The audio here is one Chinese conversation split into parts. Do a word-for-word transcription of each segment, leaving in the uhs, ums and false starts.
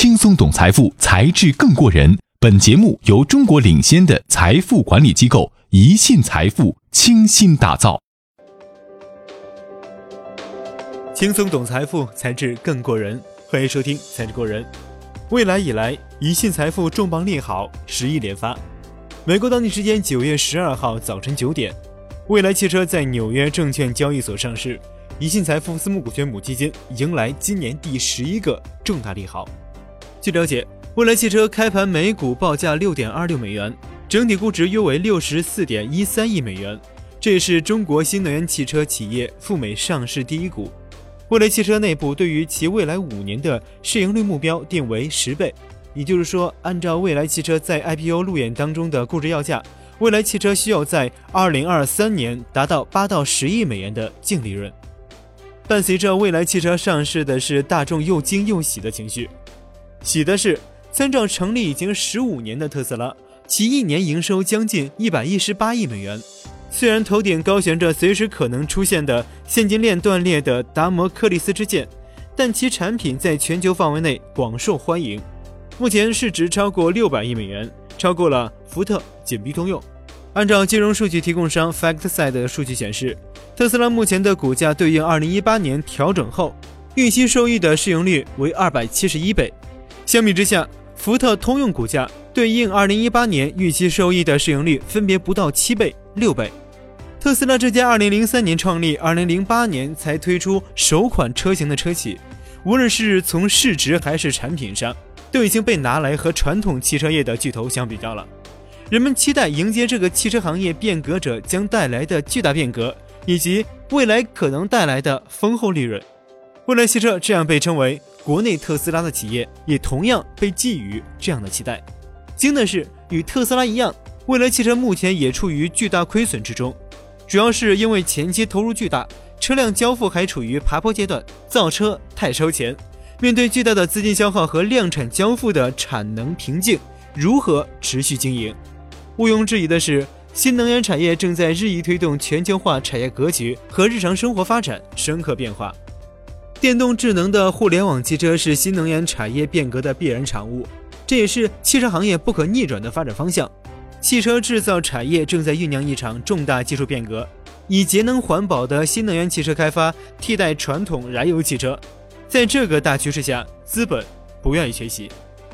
轻松懂财富，才智更过人。本节目由中国领先的财富管理机构宜信财富倾心打造。 轻松懂财富，才智更过人。欢迎收听才智过人。未来以来，宜信财富重磅利好，十亿连发。美国当地时间九月十二号早晨九点，蔚来汽车在纽约证券交易所上市，宜信财富私募股权母基金迎来今年第十一个重大利好。据了解，蔚来汽车开盘每股报价 六点二六美元，整体估值约为 六十四点一三亿美元，这也是中国新能源汽车企业赴美上市第一股。蔚来汽车内部对于其未来五年的市盈率目标定为十倍，也就是说，按照蔚来汽车在 I P O 路演当中的估值要价，蔚来汽车需要在二零二三年达到八到十亿美元的净利润。伴随着蔚来汽车上市的是大众又惊又喜的情绪。喜的是，参照成立已经十五年的特斯拉，其一年营收将近一百一十八亿美元。虽然头顶高悬着随时可能出现的现金链断裂的达摩克利斯之剑，但其产品在全球范围内广受欢迎。目前市值超过六百亿美元，超过了福特、紧逼通用。按照金融数据提供商 FactSet 的数据显示，特斯拉目前的股价对应二零一八年调整后预期收益的市盈率为二百七十一倍。相比之下，福特、通用股价对应二零一八年预期收益的市盈率分别不到七倍、六倍。特斯拉这家二零零三年创立、二零零八年才推出首款车型的车企，无论是从市值还是产品上，都已经被拿来和传统汽车业的巨头相比较了。人们期待迎接这个汽车行业变革者将带来的巨大变革，以及未来可能带来的丰厚利润。蔚来汽车这样被称为国内特斯拉的企业，也同样被寄予这样的期待。惊的是，与特斯拉一样，蔚来汽车目前也处于巨大亏损之中，主要是因为前期投入巨大，车辆交付还处于爬坡阶段，造车太烧钱。面对巨大的资金消耗和量产交付的产能瓶颈，如何持续经营？毋庸置疑的是，新能源产业正在日益推动全球化产业格局和日常生活发展深刻变化。电动智能的互联网汽车是新能源产业变革的必然产物，这也是汽车行业不可逆转的发展方向。汽车制造产业正在酝酿一场重大技术变革，以节能环保的新能源汽车开发替代传统燃油汽车。在这个大趋势下，资本不愿意缺席。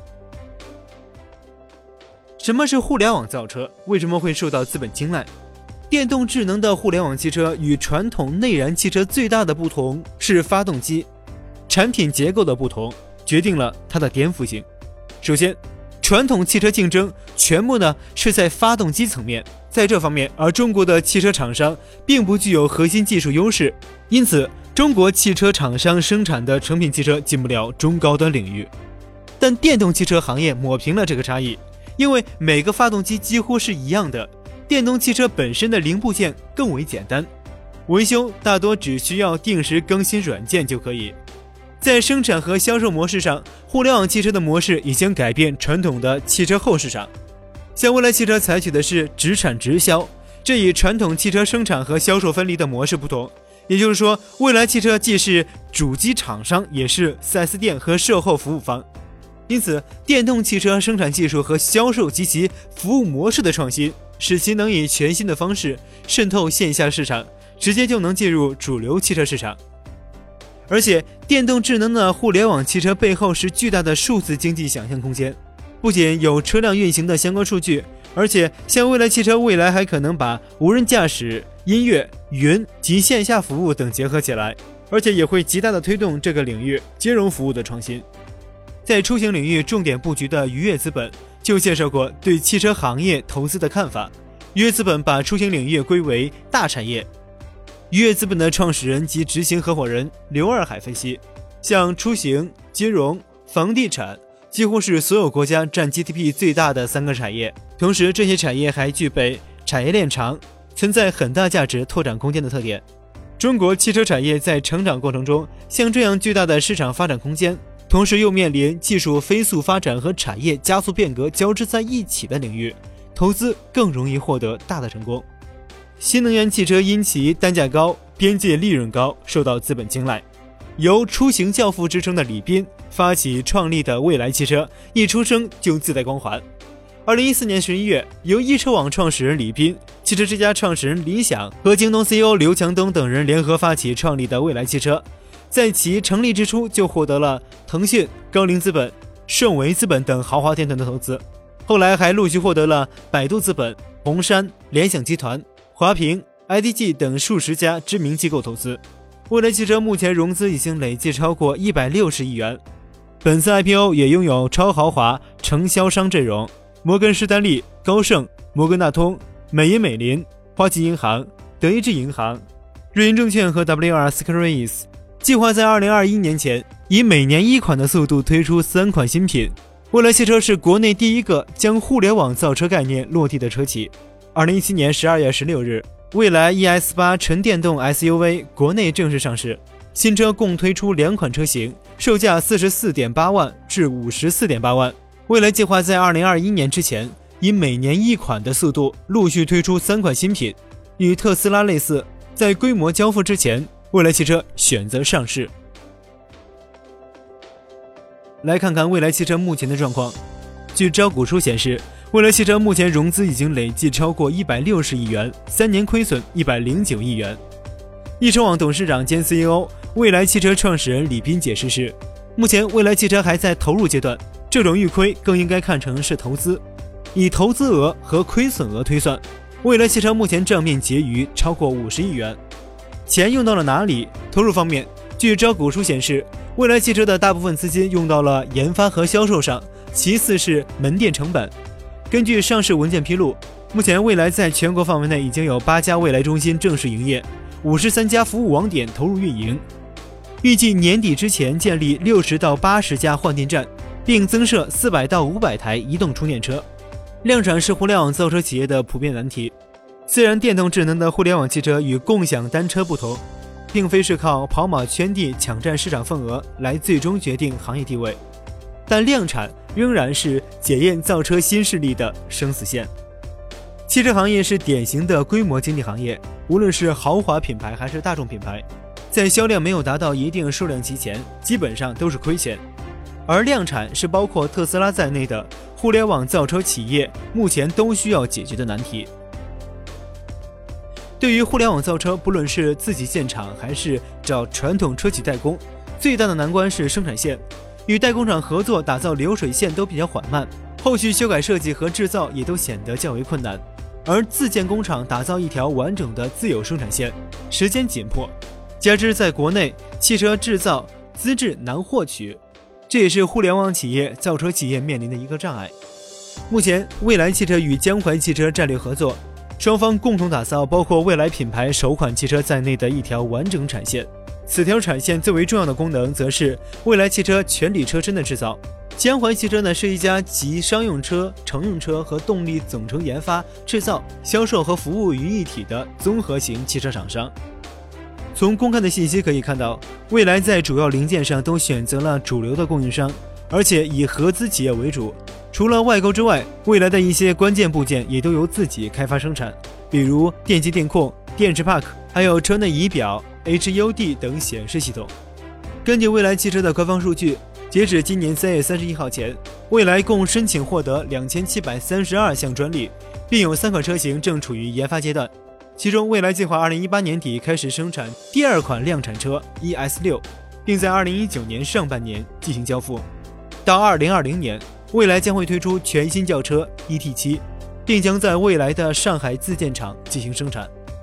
什么是互联网造车？为什么会受到资本青睐？电动智能的互联网汽车与传统内燃汽车最大的不同是发动机。产品结构的不同决定了它的颠覆性。首先，传统汽车竞争全部呢是在发动机层面，在这方面，而中国的汽车厂商并不具有核心技术优势，因此中国汽车厂商生产的成品汽车进不了中高端领域。但电动汽车行业抹平了这个差异，因为每个发动机几乎是一样的，电动汽车本身的零部件更为简单，维修大多只需要定时更新软件就可以。在生产和销售模式上，互联网汽车的模式已经改变传统的汽车后市场。像蔚来汽车采取的是直产直销，这与传统汽车生产和销售分离的模式不同。也就是说，蔚来汽车既是主机厂商，也是 四 S 店和售后服务方。因此，电动汽车生产技术和销售及其服务模式的创新，使其能以全新的方式渗透线下市场，直接就能进入主流汽车市场。而且，电动智能的互联网汽车背后是巨大的数字经济想象空间，不仅有车辆运行的相关数据，而且像蔚来汽车未来还可能把无人驾驶、音乐、云及线下服务等结合起来，而且也会极大的推动这个领域金融服务的创新。在出行领域重点布局的愉悦资本就介绍过对汽车行业投资的看法。愉悦资本把出行领域归为大产业。愉悦资本的创始人及执行合伙人刘二海分析，像出行、金融、房地产几乎是所有国家占 G D P 最大的三个产业，同时这些产业还具备产业链长，存在很大价值拓展空间的特点。中国汽车产业在成长过程中，像这样巨大的市场发展空间，同时又面临技术飞速发展和产业加速变革交织在一起的领域，投资更容易获得大的成功。新能源汽车因其单价高、边界利润高，受到资本青睐。 由出行教父之称的李斌发起创立的蔚来汽车，一出生就自带光环。二零一四年十一月，由易车网创始人李斌、汽车之家创始人李想和京东 C E O 刘强东等人联合发起创立的蔚来汽车，在其成立之初就获得了腾讯、高瓴资本、盛维资本等豪华天团的投资，后来还陆续获得了百度资本、红杉、联想集团、华平、I D G 等数十家知名机构投资。蔚来汽车目前融资已经累计超过一百六十亿元，本次 I P O 也拥有超豪华承销商阵容，摩根士丹利、高盛、摩根大通、美银美林、花旗银行、德意志银行、瑞银证券和 W R Securities 计划在二零二一年前以每年一款的速度推出三款新品。蔚来汽车是国内第一个将互联网造车概念落地的车企。二零一七年十二月十六日，蔚来 E S 八 纯电动 S U V 国内正式上市，新车共推出两款车型，售价 四十四点八万至 五十四点八万。蔚来计划在二零二一年之前以每年一款的速度陆续推出三款新品，与特斯拉类似，在规模交付之前，蔚来汽车选择上市。来看看蔚来汽车目前的状况。据招股书显示，蔚来汽车目前融资已经累计超过一百六十亿元，三年亏损一百零九亿元。易车网董事长兼 C E O、蔚来汽车创始人李斌解释是，目前蔚来汽车还在投入阶段，这种预亏更应该看成是投资。以投资额和亏损额推算，蔚来汽车目前账面结余超过五十亿元。钱用到了哪里？投入方面，据招股书显示，蔚来汽车的大部分资金用到了研发和销售上，其次是门店成本。根据上市文件披露，目前蔚来在全国范围内已经有八家蔚来中心正式营业，五十三家服务网点投入运营，预计年底之前建立六十到八十家换电站，并增设四百到五百台移动充电车。量产是互联网造车企业的普遍难题。虽然电动智能的互联网汽车与共享单车不同，并非是靠跑马圈地抢占市场份额来最终决定行业地位，但量产仍然是检验造车新势力的生死线。汽车行业是典型的规模经济行业，无论是豪华品牌还是大众品牌，在销量没有达到一定数量级前，基本上都是亏钱。而量产是包括特斯拉在内的互联网造车企业目前都需要解决的难题。对于互联网造车，不论是自己建厂还是找传统车企代工，最大的难关是生产线。与代工厂合作打造流水线都比较缓慢，后续修改设计和制造也都显得较为困难。而自建工厂打造一条完整的自有生产线，时间紧迫，加之在国内汽车制造资质难获取，这也是互联网企业造车企业面临的一个障碍。目前蔚来汽车与江淮汽车战略合作，双方共同打造包括蔚来品牌首款汽车在内的一条完整产线。此条产线最为重要的功能则是蔚来汽车全体车身的制造。江淮汽车呢是一家集商用车、乘用车和动力总成研发、制造、销售和服务于一体的综合型汽车厂商。从公开的信息可以看到，蔚来在主要零件上都选择了主流的供应商，而且以合资企业为主。除了外购之外，蔚来的一些关键部件也都由自己开发生产，比如电机电控、电池 Pack， 还有车内仪表、H U D 等显示系统。根据蔚来汽车的官方数据，截止今年三月三十一号前，蔚来共申请获得两千七百三十二项专利，并有三款车型正处于研发阶段。其中，蔚来计划二零一八年底开始生产第二款量产车 E S 六， 并在二零一九年上半年进行交付。到二零二零年，蔚来将会推出全新轿车 E T 七， 并将在蔚来的上海自建厂进行生产。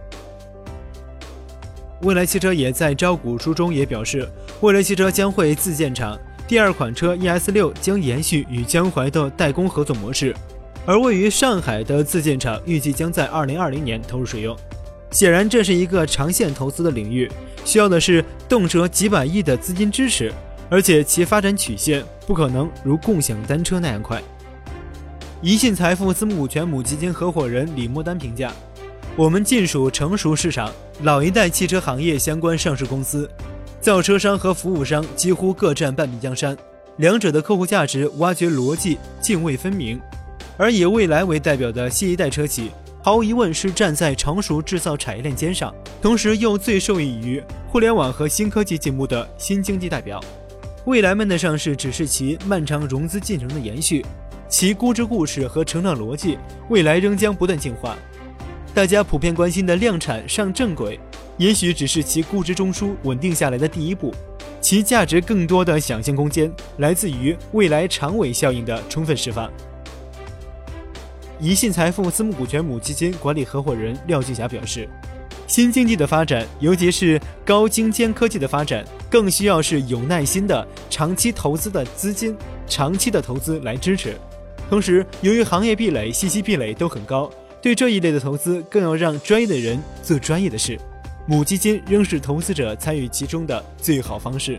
蔚来汽车也在招股书中也表示，蔚来汽车将会自建厂，第二款车 E S 六 将延续与江淮的代工合作模式，而位于上海的自建厂预计将在二零二零年投入使用。显然，这是一个长线投资的领域，需要的是动辄几百亿的资金支持，而且其发展曲线不可能如共享单车那样快。宜信财富私募股权母基金合伙人李莫丹评价，我们尽属成熟市场老一代汽车行业相关上市公司，造车商和服务商几乎各占半壁江山，两者的客户价值挖掘逻辑泾渭分明。而以蔚来为代表的新一代车企， 毫无疑问是站在成熟制造产业链尖上，同时又最受益于互联网和新科技进步的新经济代表。蔚来们的上市只是其漫长融资进程的延续，其估值故事和成长逻辑，未来仍将不断进化。大家普遍关心的量产上正轨，也许只是其估值中枢稳定下来的第一步，其价值更多的想象空间来自于未来长尾效应的充分释放。宜信财富私募股权母基金管理合伙人廖俊霞表示，新经济的发展，尤其是高精尖科技的发展，更需要是有耐心的长期投资的资金，长期的投资来支持。同时，由于行业壁垒、信息壁垒都很高，对这一类的投资更要让专业的人做专业的事。母基金仍是投资者参与其中的最好方式。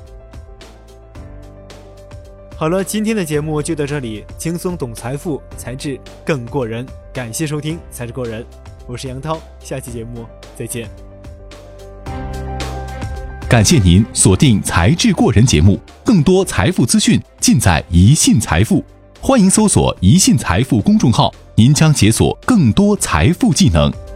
好了，今天的节目就到这里，轻松懂财富，才智更过人。感谢收听《才智过人》，我是杨涛，下期节目再见。 感谢您锁定《才智过人》节目，更多财富资讯尽在宜信财富。欢迎搜索宜信财富公众号，您将解锁更多财富技能。